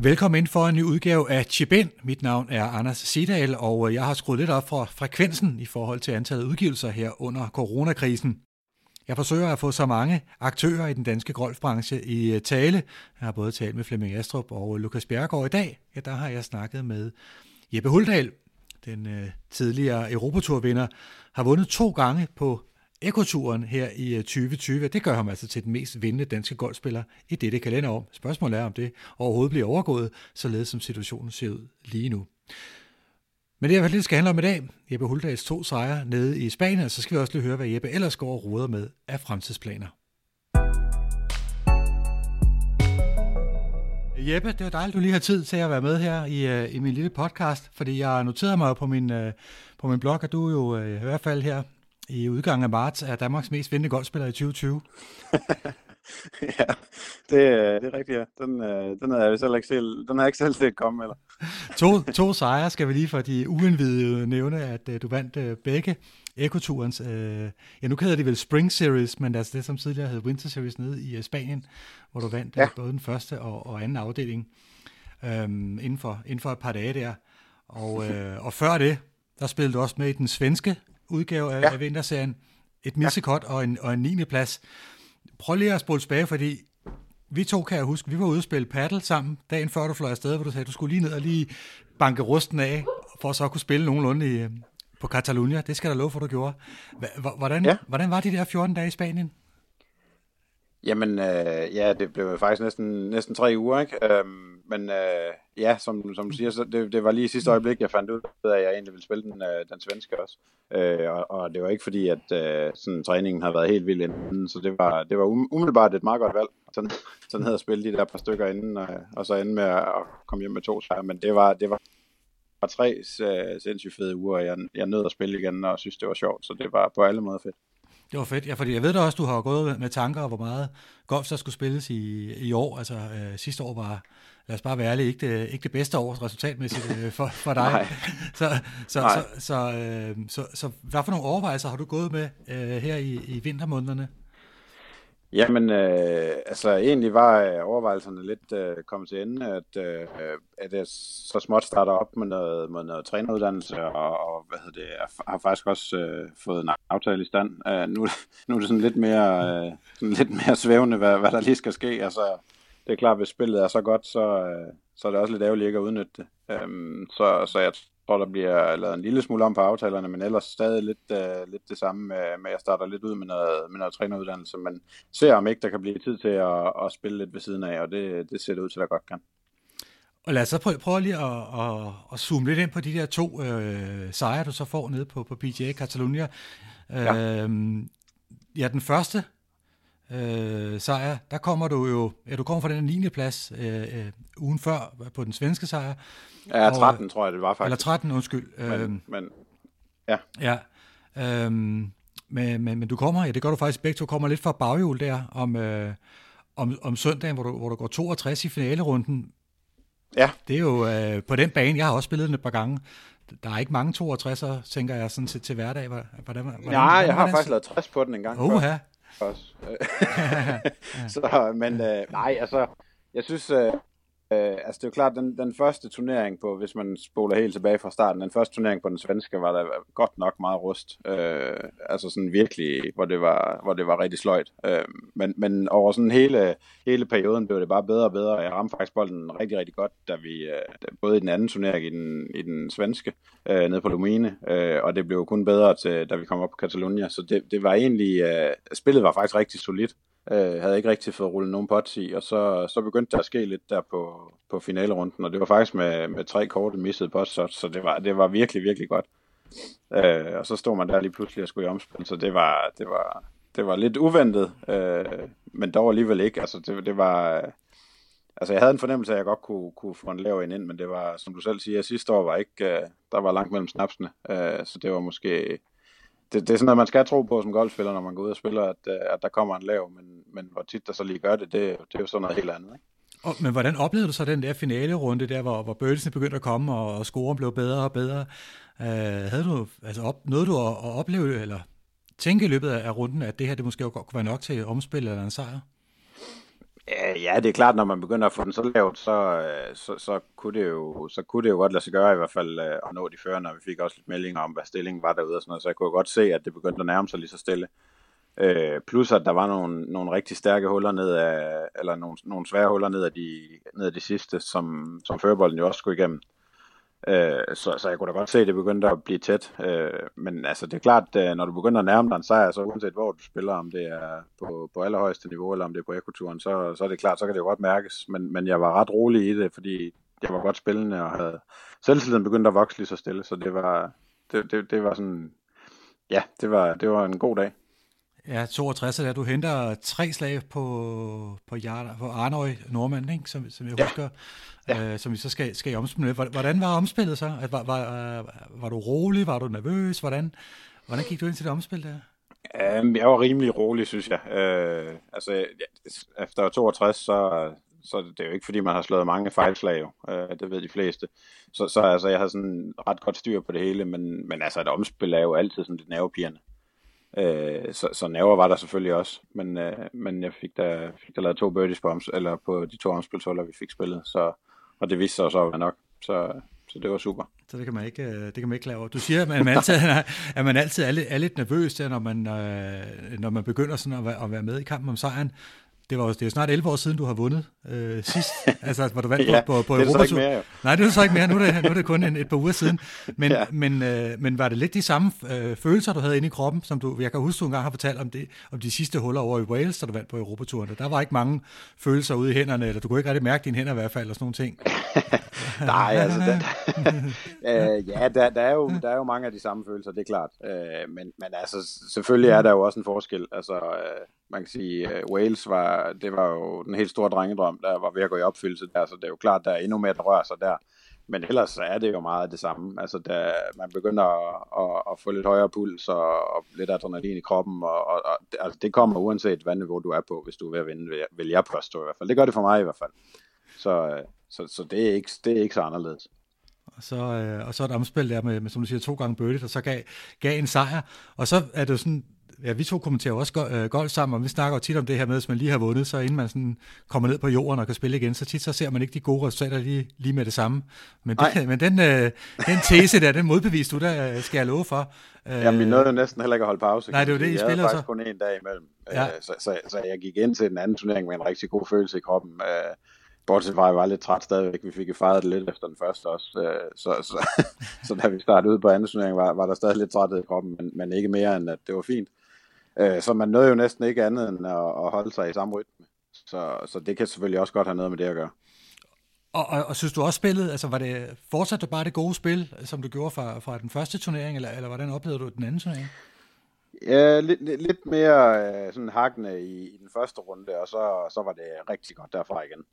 Velkommen ind for en ny udgave af Chip In. Mit navn er Anders Sedal, og jeg har skruet lidt op for frekvensen i forhold til antallet af udgivelser her under coronakrisen. Jeg forsøger at få så mange aktører i den danske golfbranche i tale. Jeg har både talt med Flemming Astrup og Lukas Bjerregaard. I dag der har jeg snakket med Jeppe Huldal, den tidligere Europaturvinder, har vundet 2 gange på Eco-turen her i 2020. Det gør ham altså til den mest vindende danske golfspiller i dette kalenderår. Spørgsmålet er, om det overhovedet bliver overgået, således som situationen ser ud lige nu. Men det er hvad det skal handle om i dag. Jeppe Huldals 2 sejre nede i Spanien, og så skal vi også lige høre, hvad Jeppe ellers går og roder med af fremtidsplaner. Jeppe, det var dejligt, du lige har tid til at være med her i min lille podcast, fordi jeg noterede mig på min blog, at du jo i hvert fald her i udgangen af marts er Danmarks mest vindende golfspiller i 2020. Ja, det er rigtigt, ja. Den har jeg ikke selv set komme, eller? 2 sejre skal vi lige for de uindvidede nævne, at du vandt begge Eco-turens. Nu hedder det vel Spring Series, men altså det som tidligere hed Winter Series nede i Spanien, hvor du vandt både den første og anden afdeling inden for et par dage der. Og før det, der spillede du også med i den svenske udgave af vinterserien. Et missekot og en 9. plads. Prøv lige at spole tilbage, fordi vi to, kan jeg huske, vi var ude og spille paddle sammen dagen før du fløj afsted, hvor du sagde, at du skulle lige ned og lige banke rusten af, for at så kunne spille nogenlunde på Catalunya. Det skal der love for, du gjorde. Hvordan var de der 14 dage i Spanien? Jamen, det blev faktisk næsten 3 uger, ikke? Som du siger, så det var lige i sidste øjeblik, jeg fandt ud af, at jeg egentlig ville spille den svenske også. Og det var ikke fordi, at sådan træningen havde været helt vild inden, så det var umiddelbart et meget godt valg. Sådan havde jeg spillet de der par stykker inden, og så endte med at komme hjem med 2 sejre. Men det var 3 sindssygt fede uger, og jeg nød at spille igen, og synes, det var sjovt, så det var på alle måder fedt. Det var fedt, ja, fordi jeg ved da også, du har gået med tanker, hvor meget golf der skulle spilles i år. Altså sidste år var, lad os bare være ærlig, ikke det bedste år resultatmæssigt for dig. Så hvad for nogle overvejelser har du gået med her i vintermånederne? Jamen, egentlig var overvejelserne lidt kommet til ende, at jeg så småt starter op med noget træneruddannelse, og jeg har faktisk også fået en aftale i stand. Nu er det sådan lidt mere svævende, hvad der lige skal ske. Altså, det er klart, hvis spillet er så godt, så er det også lidt ærgerligt ikke at udnytte det. Så jeg tror, der bliver lavet en lille smule om på aftalerne, men ellers stadig lidt det samme med at jeg starter lidt ud med noget træneruddannelse, men ser om ikke der kan blive tid til at spille lidt ved siden af, og det ser det ud til, at der godt kan. Og lad os så prøve lige at zoome lidt ind på de der 2 sejre, du så får nede på PGA Catalunya. Den første sejr, der kommer du jo, du kommer fra den 9. plads ugen før på den svenske sejr. Ja, 13 tror jeg det var faktisk. Eller 13, undskyld. Men du kommer, det gør du faktisk begge to, kommer lidt fra baghjul der om søndagen, hvor du går 62 i finalerunden. Ja. Det er jo på den bane, jeg har også spillet den et par gange. Der er ikke mange 62'ere, tænker jeg, sådan til hverdag. Hvordan jeg har faktisk lavet 60 på den en gang før. Også. Jeg synes, det er jo klart, den første turnering på, hvis man spoler helt tilbage fra starten, den første turnering på den svenske, var der godt nok meget rust. Sådan virkelig, hvor det var rigtig sløjt. Men over sådan hele perioden blev det bare bedre og bedre. Jeg ramte faktisk bolden rigtig, rigtig godt, da vi, både i den anden turnering i den svenske, nede på Lumine, og det blev kun bedre til, da vi kom op på Catalunya. Så det var egentlig, spillet var faktisk rigtig solidt. Havde ikke rigtig fået rullet nogen pots i, og så begyndte der at ske lidt der på finalerunden, og det var faktisk med 3 korte missede pots, så det var virkelig, virkelig godt. Og så stod man der lige pludselig og skulle i omspil, så det var lidt uventet, men dog alligevel ikke. Det var, jeg havde en fornemmelse af, at jeg godt kunne få en lav ind, men det var, som du selv siger, sidste år var ikke, der var langt mellem snapsene, så det var måske. Det er sådan noget, man skal tro på som golfspiller, når man går ud og spiller, at der kommer en lav, men hvor tit der så lige gør det er jo sådan noget helt andet, ikke? Men hvordan oplevede du så den der finalerunde der, hvor birdiesene begyndte at komme, og scoren blev bedre og bedre? Nåede du at opleve, eller tænke i løbet af runden, at det her det måske godt kunne være nok til omspil eller en sejr? Ja, det er klart, når man begynder at få den så lavt, så kunne det jo godt lade sig gøre i hvert fald at nå de førende, og vi fik også lidt meldinger om, hvad stillingen var derude og sådan noget, så jeg kunne godt se, at det begyndte at nærme sig lige så stille. Plus at der var nogle rigtig stærke huller ned af, eller nogle svære huller ned af de sidste, som førerbolden jo også skulle igennem. Så jeg kunne da godt se, at det begyndte at blive tæt. Men altså, det er klart, når du begynder at nærme dig en sejr, så uanset hvor du spiller, om det er på allerhøjeste niveau, eller om det er på ekoturen, så er det klart, så kan det jo godt mærkes. Men jeg var ret rolig i det, fordi jeg var godt spillende, og havde selvtilliden begyndt at vokse lige så stille, så det var sådan, ja, det var en god dag. Ja, 62 der. Du henter 3 slag på Arnøy Nordmand, ikke? Som jeg husker, som vi så skal i omspil med. Hvordan var omspillet så? Var du rolig? Var du nervøs? Hvordan gik du ind til det omspil der? Jeg var rimelig rolig, synes jeg. Efter 62, så det er jo ikke fordi, man har slået mange fejlslag, jo. Det ved de fleste. Så altså, jeg havde sådan ret godt styr på det hele, men altså, et omspil er jo altid sådan lidt nervepirrende. Så nerver var der selvfølgelig også, men jeg fik da lavet 2 birdies på de 2 omspilshuller, vi fik spillet, og det viste sig så at være nok, så det var super. Så det kan man ikke klare over. Du siger, at man altid er lidt nervøs der, når man begynder sådan at være med i kampen om sejren. Det er jo snart 11 år siden, du har vundet sidst. Altså, hvor du vandt på Europatur. Det er så ikke mere, jo. Nej, det er så ikke mere. Nu er det kun et par uger siden. Men var det lidt de samme følelser, du havde inde i kroppen, som jeg kan huske, du engang har fortalt om de sidste huller over i Wales, da du vandt på Europaturen. Der var ikke mange følelser ude i hænderne, eller du kunne ikke rigtig mærke dine hænder i hvert fald, og sådan nogle ting. Nej, altså, der er jo mange af de samme følelser, det er klart. Men altså, selvfølgelig er der jo også en forskel. Altså, man kan sige, Wales var jo den helt store drengedrøm, der var ved at gå i opfyldelse der, så det er jo klart, der er endnu mere, der rører sig der. Men ellers er det jo meget det samme. Altså, da man begynder at få lidt højere puls og lidt adrenalin i kroppen, og altså, det kommer uanset hvad niveau du er på, hvis du er ved at vinde, vil jeg påstå i hvert fald. Det gør det for mig i hvert fald. Så det er ikke så anderledes. Og så et omspil der med, som du siger, 2 gange birdie, og så gav en sejr. Og så er det jo sådan, ja, vi 2 kommenterer også golf sammen, og vi snakker jo tit om det her med, hvis man lige har vundet, så inden man sådan kommer ned på jorden og kan spille igen, så tit så ser man ikke de gode resultater lige med det samme. Men den tese der, den modbevis du der, skal jeg love for. Jamen, vi nåede jo næsten heller ikke at holde pause. Nej, det var det, I spillede så. Jeg havde faktisk kun en dag imellem. Ja. Så jeg gik ind til den anden turnering med en rigtig god følelse i kroppen. Bortset fra, jeg var lidt træt stadigvæk. Vi fik fejret det lidt efter den første også. Så da vi startede ud på anden turnering, var der stadig lidt træthed i kroppen, men ikke mere end at det var fint. Så man nåede jo næsten ikke andet end at holde sig i samme rytme. Så det kan selvfølgelig også godt have noget med det at gøre. Og synes du også spillet, altså var det fortsat bare det gode spil, som du gjorde fra den første turnering, eller hvordan oplevede du den anden turnering? Ja, lidt mere sådan hakkende i den første runde, og så var det rigtig godt derfra igen.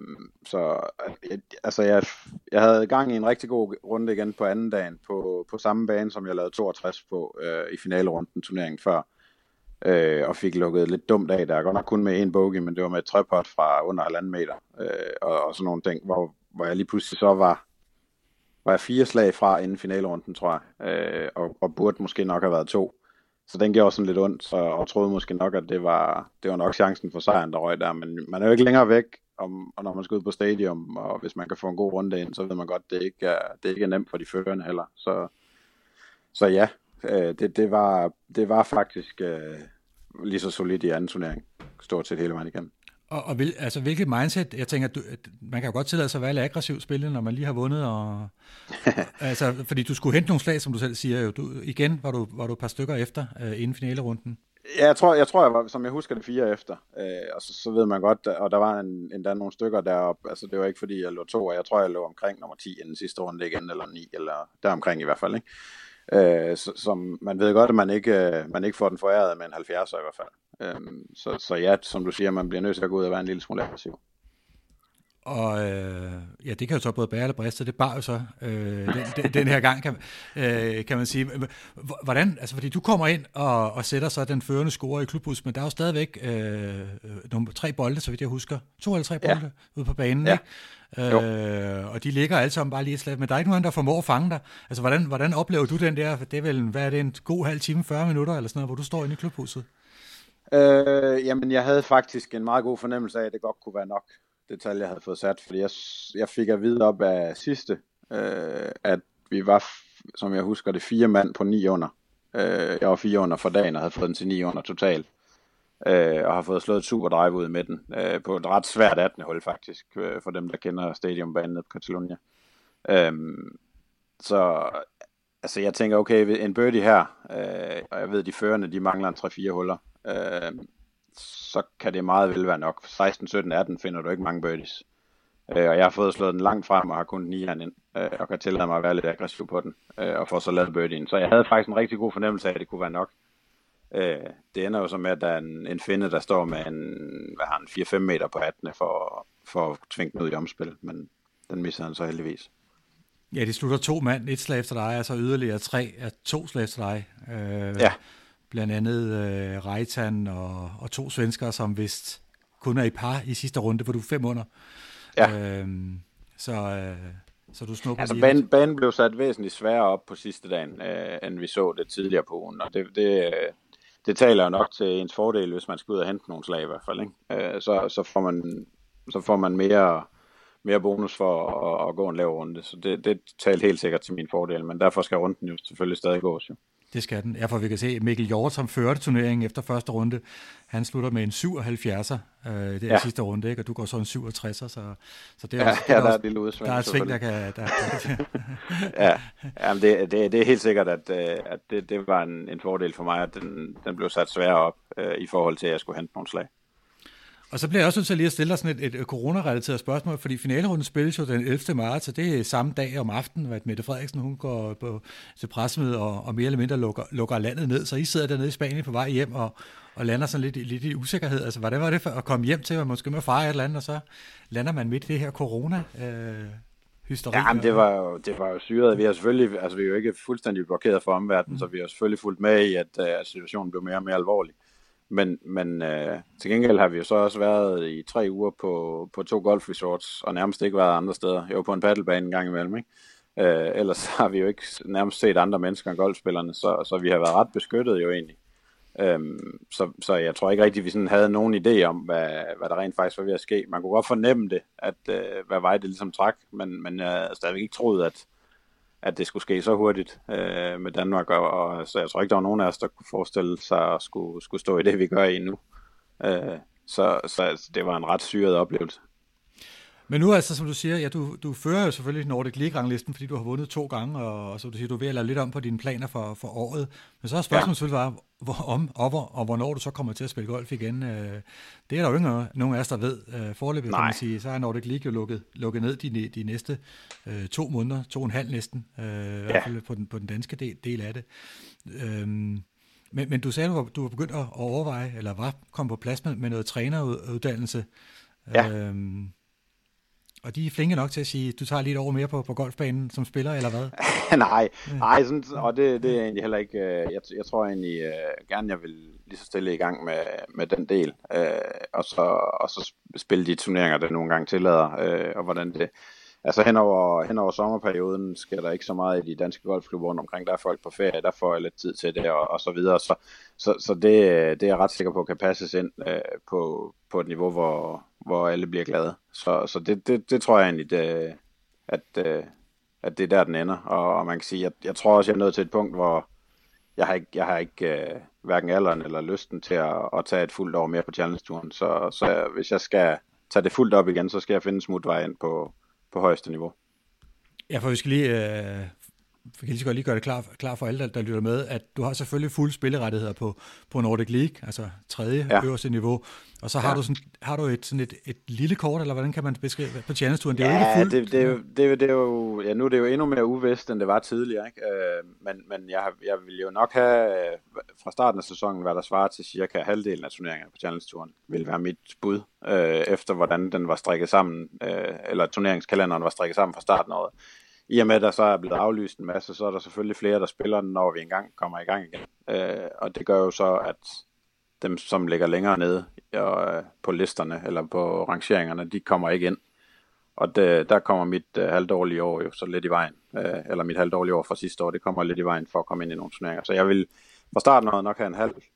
Jeg havde gang i en rigtig god runde igen på anden dagen, på samme bane, som jeg lavede 62 på i finalerunden turneringen før. Og fik lukket lidt dumt af der, godt nok kun med 1 bogey, men det var med et trepot fra under 1,5 meter, og sådan nogle ting, hvor jeg lige pludselig så var jeg 4 slag fra inden finalerunden, tror jeg, og burde måske nok have været 2. Så den gjorde sådan lidt ondt, og troede måske nok, at det var nok chancen for sejren, der røg der. Men man er jo ikke længere væk, og når man skal ud på stadion, og hvis man kan få en god runde ind, så ved man godt, at det ikke er nemt for de førende heller. Så ja, det var faktisk lige så solidt i anden turnering, stort set hele vejen igen. Og hvilket mindset, jeg tænker, at man kan jo godt tillade sig at være lidt aggressivt spillet, når man lige har vundet, og altså, fordi du skulle hente nogle slag, som du selv siger, jo. Igen var du et par stykker efter inden finalerunden. Ja, jeg tror, jeg var, som jeg husker det, 4 efter, og så ved man godt, og der var endda nogle stykker deroppe, altså det var ikke fordi, jeg lå 2, og jeg tror, jeg lå omkring nummer 10 inden sidste runde igen, eller 9, eller deromkring i hvert fald, ikke? Som man ved godt, at man ikke får den foræret med en 70'er i hvert fald. Så ja, som du siger, man bliver nødt til at gå ud og være en lille smule aggressiv. Og ja, det kan jo så både bære eller briste, det bar jo så den her gang, kan man sige. Hvordan, altså fordi du kommer ind og sætter så den førende score i klubhus, men der er jo stadigvæk 3 bolde, så vidt jeg husker. 2 eller 3 bolde ude på banen, ja. Og de ligger alle sammen bare lige et slag, men der er ikke nogen, der formår at fange dig. Altså hvordan oplever du den der, det er vel, hvad er det, en god halv time, 40 minutter eller sådan noget, hvor du står inde i klubhuset? Jamen, jeg havde faktisk en meget god fornemmelse af, at det godt kunne være nok det tal, jeg havde fået sat, fordi jeg fik at vide op af sidste, at vi var, som jeg husker det, 4 mand på 9 under. Jeg var 4 under for dagen og havde fået den til 9 under totalt. Og har fået slået et super drive ud med den, på et ret svært 18. hul faktisk, for dem, der kender stadionbanen nede på Catalunya. Så altså, jeg tænker, okay, en birdie her, og jeg ved, de førende, de mangler en 3-4 huller, så kan det meget vel være nok. 16, 17, 18 finder du ikke mange birdies. Og jeg har fået slået den langt frem og har kun 9'eren ind, og kan tillade mig at være lidt aggressiv på den, og få så lavet birdien. Så jeg havde faktisk en rigtig god fornemmelse af, at det kunne være nok. Det ender jo så med, at der er en finde, der står med en 4-5 meter på 18 for at tvinge den ud i omspil, men den misser han så heldigvis. Ja, de slutter 2 mand, 1 slag efter dig, og så yderligere 3 af 2 slag efter dig. Ja. Blandt andet Reitan og 2 svenskere, som vist kun er i par i sidste runde, hvor du er 5 under. Ja. Så du snupper altså banen blev sat væsentligt sværere op på sidste dagen, end vi så det tidligere på ugen, og det taler jo nok til ens fordel, hvis man skal ud og hente nogle slag i hvert fald, ikke? Så får man mere bonus for at gå en lav runde, så det taler helt sikkert til min fordel, men derfor skal runden jo selvfølgelig stadig gås jo. Det skal den. For vi kan se, Mikkel Hjort, som førte turneringen efter første runde, han slutter med en 77'er sidste runde, ikke? Og du går så en 67'er, så det er også, der er et lille udsving. Der er et sving, der kan... Jamen det er helt sikkert, at det var en fordel for mig, at den blev sat sværere op i forhold til, at jeg skulle hente nogle slag. Og så bliver jeg også nødt til lige at stille dig sådan et coronarelateret spørgsmål, fordi finalerunden spilles jo den 11. marts, og det er samme dag om aftenen, at Mette Frederiksen hun går til pressemøde og mere eller mindre lukker landet ned, så I sidder dernede i Spanien på vej hjem og lander sådan lidt i usikkerhed. Altså, hvordan var det for at komme hjem til, at måske med fejre et eller andet, og så lander man midt i det her corona-hysteri? Jamen, det var jo syret. Vi har selvfølgelig, altså vi er jo ikke fuldstændig blokeret for omverdenen, så vi har selvfølgelig fulgt med i, at situationen blev mere og mere alvorlig. Men til gengæld har vi jo så også været i 3 uger på 2 golfresorts, og nærmest ikke været andre steder. Jeg var på en paddlebane en gang imellem, ikke? Ellers har vi jo ikke nærmest set andre mennesker end golfspillerne, så vi har været ret beskyttet jo egentlig. Så jeg tror ikke rigtig, vi sådan havde nogen idé om, hvad der rent faktisk var ved at ske. Man kunne godt fornemme det, at hvad vej det ligesom trak, men jeg havde stadigvæk ikke troet, at det skulle ske så hurtigt med Danmark, og så jeg tror ikke, der var nogen af os, der kunne forestille sig at skulle stå i det, vi gør i nu. Så det var en ret syret oplevelse. Men nu altså, som du siger, ja, du fører jo selvfølgelig Nordic League-ranglisten, fordi du har vundet 2 gange, og så du siger, du er ved at lave lidt om på dine planer for året. Men så er spørgsmålet selvfølgelig bare, hvornår du så kommer til at spille golf igen. Det er der jo ikke nogen af os, der ved. Foreløbig kan man sige, så er Nordic League jo lukket ned de næste 2 måneder, 2,5 næsten, i hvert fald på den danske del af det. Men du sagde, du var begyndt at overveje, eller var kommet på plads med noget træneruddannelse. Ja. Og de er flinke nok til at sige, du tager lidt over mere på golfbanen som spiller, eller hvad? Nej, sådan, og det er egentlig heller ikke, jeg tror egentlig gerne, jeg vil lige så stille i gang med den del, og så spille de turneringer, der nogle gange tillader, og hvordan det, altså henover sommerperioden sker der ikke så meget i de danske golfklubber rundt omkring, der er folk på ferie, der får jeg lidt tid til det, og så videre, så det er jeg ret sikker på, kan passes ind på et niveau, hvor alle bliver glade. Så det tror jeg egentlig, at det er der, den ender. Og man kan sige, at jeg tror også, jeg er nået til et punkt, hvor jeg har ikke hverken alderen eller lysten til at tage et fuldt år mere på Challenge-turen. Så hvis jeg skal tage det fuldt op igen, så skal jeg finde en smutvej ind på højeste niveau. Ja, for vi skal lige gøre det klar for alle, der lytter med, at du har selvfølgelig fulde spillerettigheder på Nordic League, altså tredje øverste niveau, og så har du et lille kort, eller hvordan kan man beskrive på Challenge-turen? Det er jo ikke fuldt. Det er jo, ja, nu er det jo endnu mere uvist, end det var tidligere, ikke? Men jeg vil jo nok have fra starten af sæsonen, hvad der svarer til cirka halvdelen af turneringerne på Challenge-turen, vil være mit bud, efter hvordan den var strikket sammen, eller turneringskalenderen var strikket sammen fra starten af året. I og med, at der så er blevet aflyst en masse, så er der selvfølgelig flere, der spiller, når vi engang kommer i gang igen. Og det gør jo så, at dem, som ligger længere nede på listerne eller på rangeringerne, de kommer ikke ind. Og der kommer mit halvdårlige år jo så lidt i vejen. Eller mit halvdårlige år fra sidste år, det kommer lidt i vejen for at komme ind i nogle turneringer. Så jeg vil fra starten af nok have en halv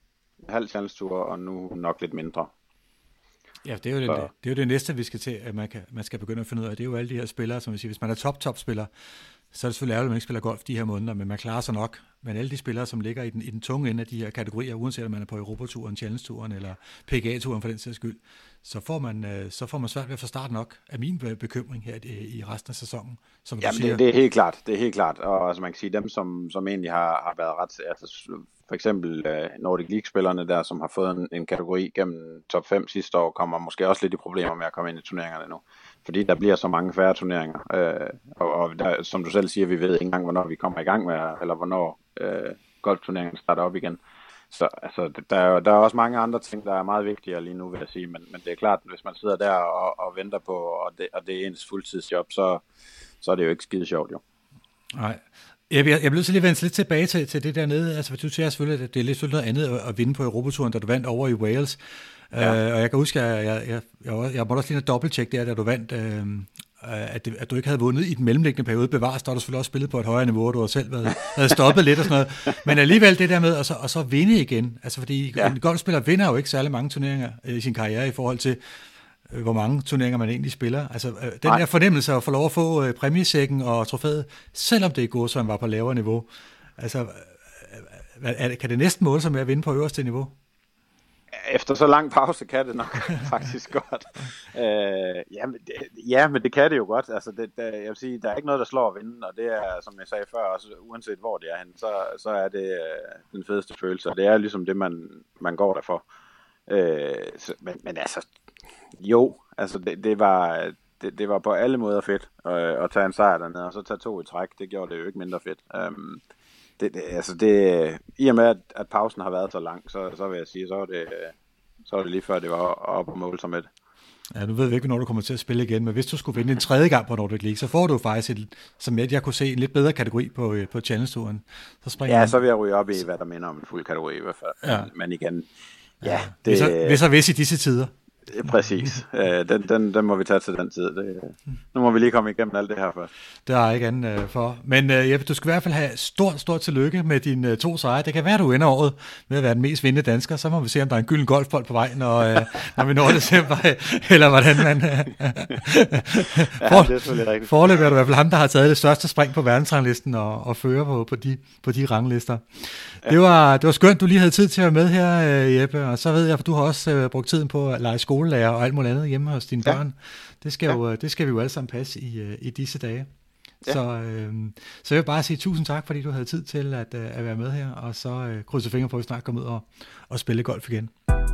halv Challenge Tour, og nu nok lidt mindre. Ja, det er jo det næste, vi skal til, at man skal begynde at finde ud af. Det er jo alle de her spillere, som vi siger, hvis man er top-spiller, så er det selvfølgelig ærgerligt, at man ikke spiller golf de her måneder, men man klarer sig nok. Men alle de spillere, som ligger i den tunge ende af de her kategorier, uanset om man er på Europaturen, Challenge-turen eller PGA-turen for den sags skyld, så får man svært ved at få start nok, af min bekymring her i resten af sæsonen. Som du siger. Det er helt klart. Det er helt klart. Og altså, man kan sige, dem, som egentlig har været ret... Altså, for eksempel Nordic League-spillerne der, som har fået en kategori gennem top 5 sidste år, kommer måske også lidt i problemer med at komme ind i turneringerne nu. Fordi der bliver så mange færre turneringer. Og der, som du selv siger, vi ved ikke engang, hvornår vi kommer i gang med, eller hvornår golfturneringerne starter op igen. Så altså, der er også mange andre ting, der er meget vigtigere lige nu, vil jeg sige. Men det er klart, at hvis man sidder der og venter på, og det er ens fuldtidsjob, så er det jo ikke skide sjovt, jo. Nej. Jeg bliver så lige vendt lidt tilbage til det dernede. Altså, du siger selvfølgelig, at det er lidt noget andet at vinde på Europaturen, da du vandt over i Wales. Ja. Og jeg kan huske, at jeg måtte også lige dobbelttjekke der, da du vandt, at du ikke havde vundet i den mellemliggende periode. Bevares, der har du selvfølgelig også spillet på et højere niveau, og du har selv været stoppet lidt og sådan noget. Men alligevel det der med at så vinde igen. Altså, fordi en golfspiller vinder jo ikke særlig mange turneringer i sin karriere i forhold til, hvor mange turneringer man egentlig spiller. Altså, den der fornemmelse at få lov at få præmiesækken og trofæet, selvom det i går, så var på lavere niveau. Altså, kan det næsten måle sig med at vinde på øverste niveau? Efter så lang pause kan det nok faktisk godt. Men det kan det jo godt. Altså, jeg vil sige, der er ikke noget, der slår at vinde, og det er, som jeg sagde før, også uanset hvor det er henne, så er det den fedeste følelse, og det er ligesom det, man går derfor. Men altså, jo, altså det var på alle måder fedt at tage en sejr dernede, og så tage 2 i træk, det gjorde det jo ikke mindre fedt. I og med, at pausen har været så lang, så vil jeg sige, så er det lige før, det var op og måle sig med det. Ja, nu ved vi ikke, når du kommer til at spille igen, men hvis du skulle vinde en tredje gang på Nordic League, så får du faktisk, som jeg kunne se, en lidt bedre kategori på Challenge-turen. Så vil jeg ryge op i, hvad der minder om en fuld kategori i hvert fald. Ja. Men igen, hvis i disse tider. Præcis. Den må vi tage til den tid. Nu må vi lige komme igennem alt det her først. Det er ikke andet for. Men Jeppe, du skal i hvert fald have stort tillykke med dine 2 sejre. Det kan være, du ender året med at være den mest vindende dansker. Så må vi se, om der er en gylden golfbold på vej, når vi når december. Eller hvordan man... det er selvfølgelig rigtigt. Foreløbig er du i hvert fald ham, der har taget det største spring på verdensranglisten og fører på de ranglister. Ja. Det var skønt, du lige havde tid til at være med her, Jeppe. Og så ved jeg, for du har også brugt tiden på at lege skolelærer og alt muligt andet hjemme hos dine børn. Det skal vi jo alle sammen passe i disse dage. Ja. Så jeg vil bare sige tusind tak, fordi du havde tid til at være med her, og så krydse fingre på, at vi snart kommer ud og spille golf igen.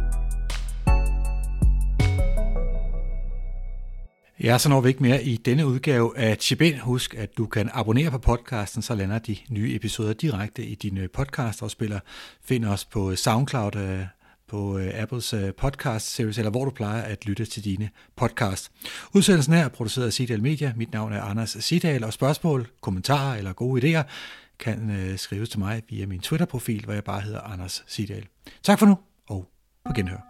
Ja, så når vi ikke mere i denne udgave af Chip-In. Husk, at du kan abonnere på podcasten, så lander de nye episoder direkte i dine podcast-afspiller. Find os på SoundCloud, på Apples podcast series, eller hvor du plejer at lytte til dine podcast. Udsendelsen her er produceret af Sidal Media. Mit navn er Anders Sidal, og spørgsmål, kommentarer eller gode idéer kan skrives til mig via min Twitter-profil, hvor jeg bare hedder Anders Sidal. Tak for nu, og på genhør.